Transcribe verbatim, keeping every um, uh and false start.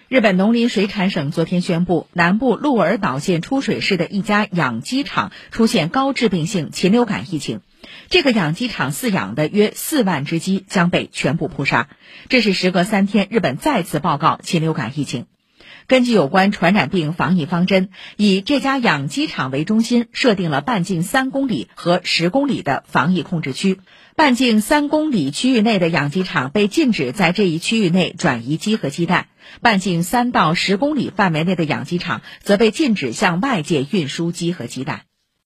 日本农林水产省昨天宣布，南部鹿儿岛县出水市的一家养鸡场出现高致病性禽流感疫情。这个养鸡场饲养的约四万只鸡将被全部扑杀。这是时隔三天，日本再次报告禽流感疫情。根据有关传染病防疫方针，以这家养鸡场为中心，设定了半径三公里和十公里的防疫控制区。半径三公里区域内的养鸡场被禁止在这一区域内转移鸡和鸡蛋，半径三到十公里范围内的养鸡场则被禁止向外界运输鸡和鸡蛋。